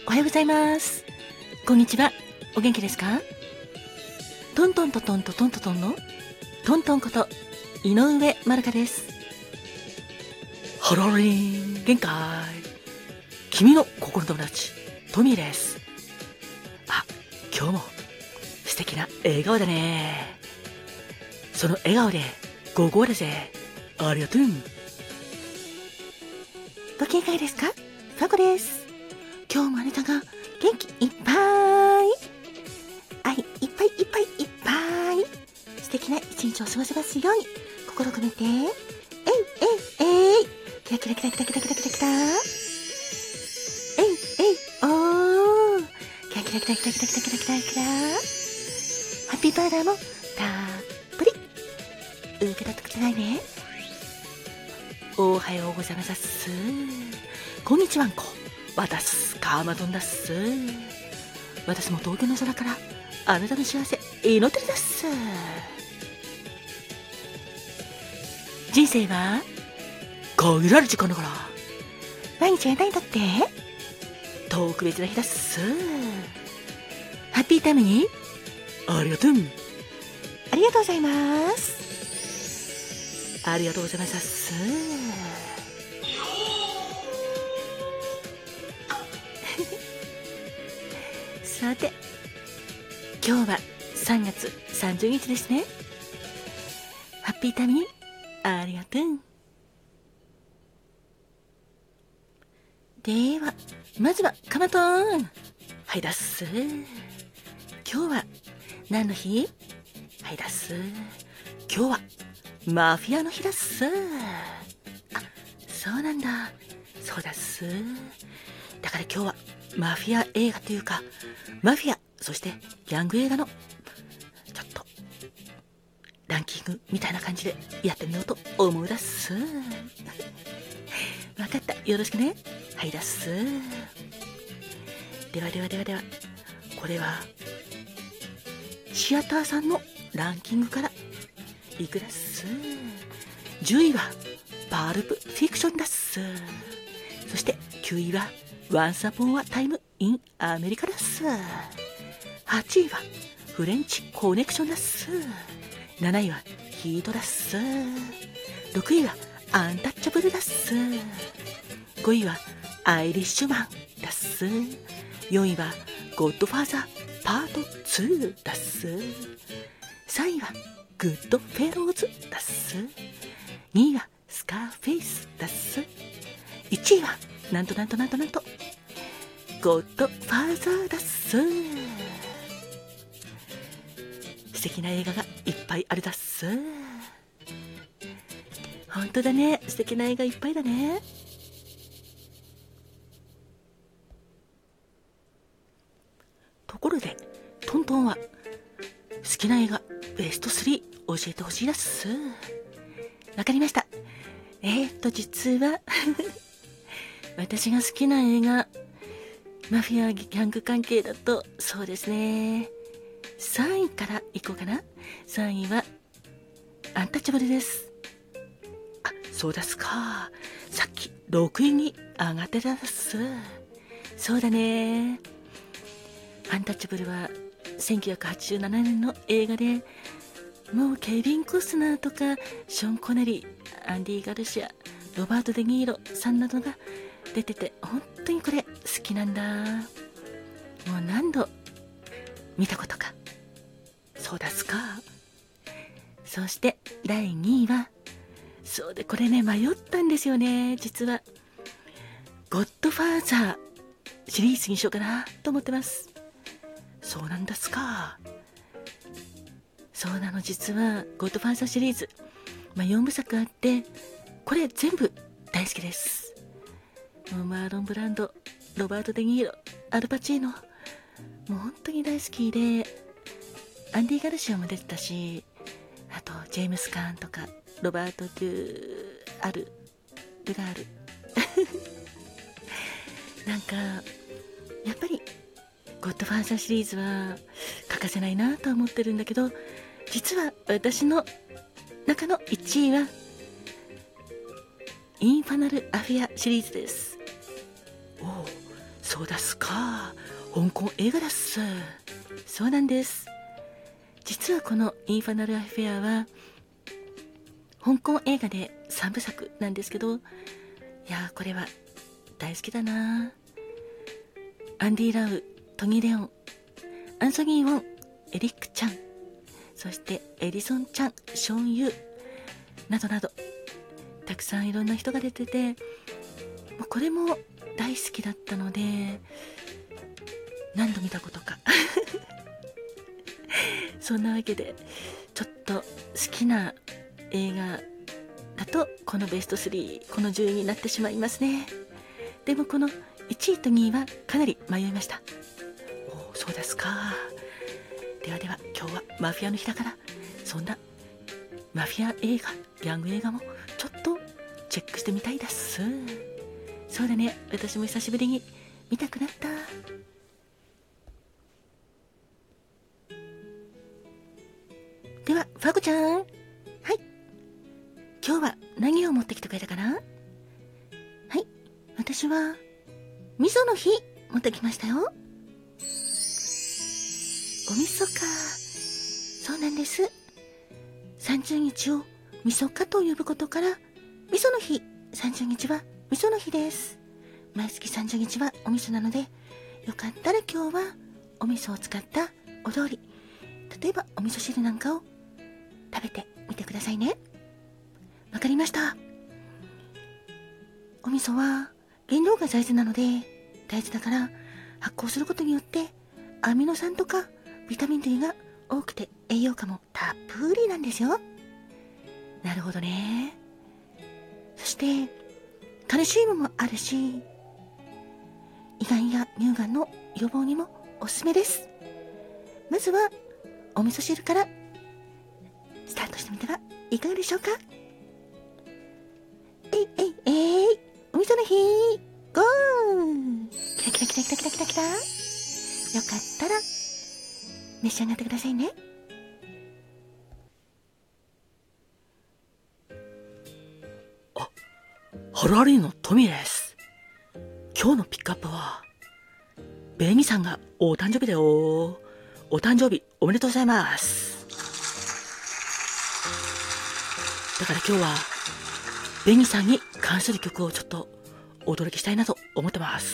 おはようございます。こんにちは。お元気ですか？トントントトントトントトンのトントンこと井上まるかです。ハロリン限界。君の心の友達トミーです。今日も素敵な笑顔だね。その笑顔でゴーゴーだぜ。ありがとう。ご機嫌いかがですか？ファコです。今日もあなたが元気いっぱい、愛いっぱいいっぱいいっぱい、素敵な一日を過ごせますように心を込めて、キラキラキラキラキラキラキラキラ、おー、キラキラキラキラキラキラキラキラキラキラ、ハッピーバーダーもたっぷり受け取ってくださいね。おはようございます。こんにちはんこ。私カーマドンだっす。私も東京の空からあなたの幸せ祈ってるだっす。人生は限られる時間だから、毎日あなたにとって特別な日だっす。ハッピータイムにありがとう。ありがとうございます。ありがとうございますっす。さて、今日は3月30日ですね。ハッピータイムにありがとう。では、まずはカマトーン。はいだっす。今日は何の日？はいだっす。今日はマフィアの日だっす。そうなんだ。そうだっす。だから今日はマフィア映画というか、マフィア、そしてギャング映画のちょっとランキングみたいな感じでやってみようと思うだっす。わかった、よろしくね。はいだっす。では、これはシアターさんのランキングからいくだっす。10位はパルプフィクションだっす。そして9位はOnce Upon a Time in アメリカだっす。8位はフレンチコネクションだっす。7位はヒートだっす。6位はアンタッチャブルだっす。5位はアイリッシュマンだっす。4位はゴッドファーザーパート2だっす。3位はグッドフェローズだっす。2位はスカーフェイスだっす。1位はなんとゴッドファーザーだっす。素敵な映画がいっぱいあるだっす。本当だね、素敵な映画いっぱいだね。ところでトントンは好きな映画ベスト3教えてほしいだっす。わかりました。実は私が好きな映画、マフィアギャング関係だと、そうですね、3位からいこうかな。3位はアンタッチャブルです。そうですか。さっき6位に上がってたっす。そうだね。アンタッチャブルは1987年の映画で、もうケビン・コスナーとかショーン・コネリー、アンディ・ガルシア、ロバート・デ・ニーロさんなどが出てて、本当にこれ好きなんだ。もう何度見たことか。そうですか。そして第2位は、そうで、これね迷ったんですよね。実はゴッドファーザーシリーズにしようかなと思ってます。そうなんですか。そうなの、実はゴッドファーザーシリーズ、4部作あって、これ全部大好きです。マーロン・ブランド、ロバート・デ・ニーロ、アルパチーノ、もう本当に大好きで、アンディ・ガルシアも出てたし、あとジェームス・カーンとかロバート・ルガールなんかやっぱりゴッドファーザーシリーズは欠かせないなと思ってるんだけど、実は私の中の1位はインファナル・アフェアシリーズです。おお、そうそうですか。香港映画です。そうなんです。実はこのインファナルアフェアは香港映画で3部作なんですけど、いやーこれは大好きだな。アンディ・ラウ、トニー・レオン、アンソニー・ウォン、エリック・チャン、そしてエディソン・チャン、ショーン・ユーなどなど、たくさんいろんな人が出てて、もうこれも大好きだったので何度見たことかそんなわけでちょっと好きな映画だとこのベスト3、この10位になってしまいますね。でもこの1位と2位はかなり迷いました。お、そうですか。ではでは今日はマフィアの日だから、そんなマフィア映画、ギャング映画もちょっとチェックしてみたいです。そうだね、私も久しぶりに見たくなった。ではファゴちゃん、はい、今日は何を持ってきてくれたかな。はい、私は味噌の日持ってきましたよ。お味噌か。そうなんです。30日を味噌かと呼ぶことから味噌の日、30日は味噌の日です。毎月30日はお味噌なので、よかったら今日はお味噌を使ったお料理、例えばお味噌汁なんかを食べてみてくださいね。わかりました。お味噌は原料が大豆なので、大豆だから発酵することによってアミノ酸とかビタミン類が多くて栄養価もたっぷりなんですよ。なるほどね。そしてカルシウムもあるし、胃がんや乳がんの予防にもおすすめです。まずはお味噌汁からスタートしてみてはいかがでしょうか。お味噌の日ゴー。キラキラキラキラキラキラキラ。よかったら召し上がってくださいね。あ、ハラリーのトミーです。今日のピックアップはベニさんがお誕生日だよ。お誕生日おめでとうございます。だから今日はベニさんに関する曲をちょっとお届けしたいなと思ってます。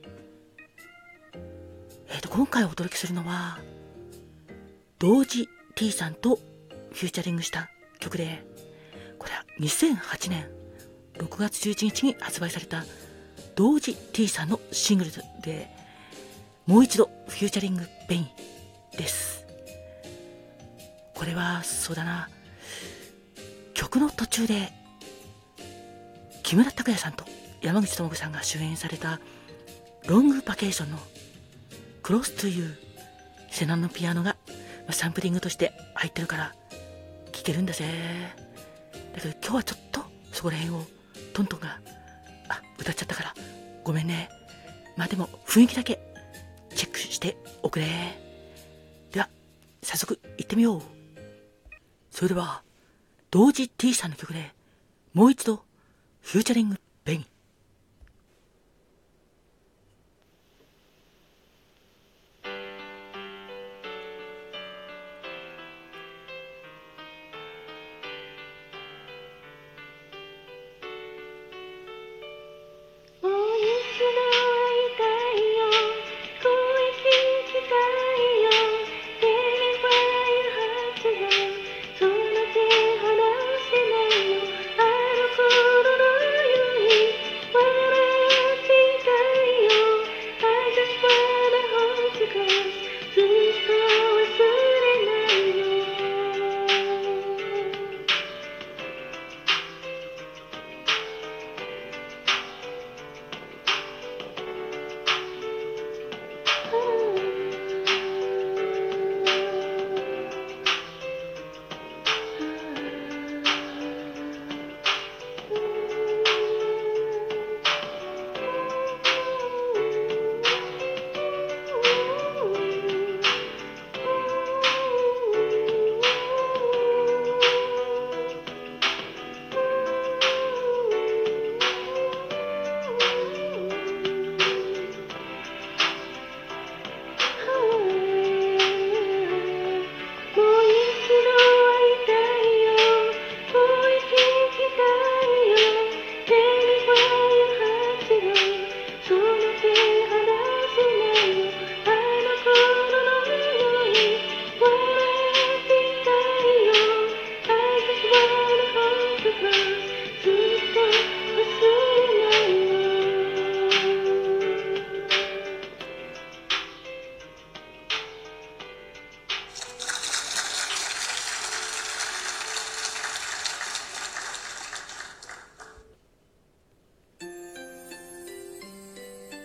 今回お届けするのはドージ T さんとフューチャリングした曲で、これは2008年6月11日に発売されたドージ T さんのシングルで、もう一度フューチャリングベインです。これはそうだな、曲の途中で木村拓哉さんと山口智子さんが主演されたロングバケーションのクロストゥユー、セナのピアノがサンプリングとして入ってるから聴けるんだぜ。だけど今日はちょっとそこら辺をトントンが歌っちゃったからごめんね。まあでも雰囲気だけチェックしておくれ。では早速行ってみよう。それではドージ T さんの曲でもう一度フューチャリングベイン。 その手離せないよ、あの頃の夢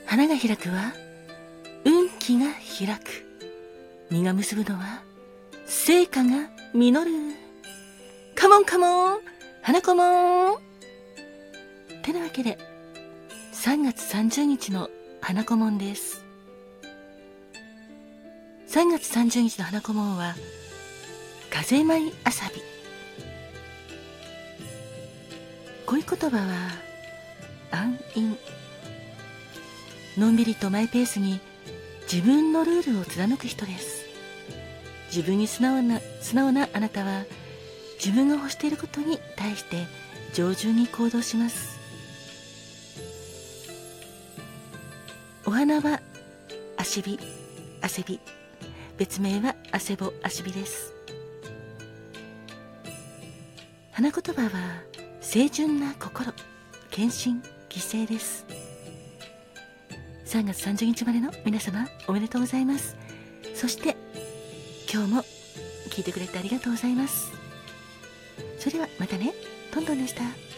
花が開くは運気が開く。実が結ぶのは成果が実る。カモンカモン花子もん。てなわけで3月30日の花子もんです。3月30日の花子もんは風舞遊び。恋言葉は安韻。のんびりとマイペースに自分のルールを貫く人です。自分に素直なあなたは自分が欲していることに対して上手に行動します。お花はあしび、あせび、別名はあせぼあしびです。花言葉は清純な心、献身、犠牲です。3月30日までの皆様おめでとうございます。そして今日も聞いてくれてありがとうございます。それではまたね。トントンでした。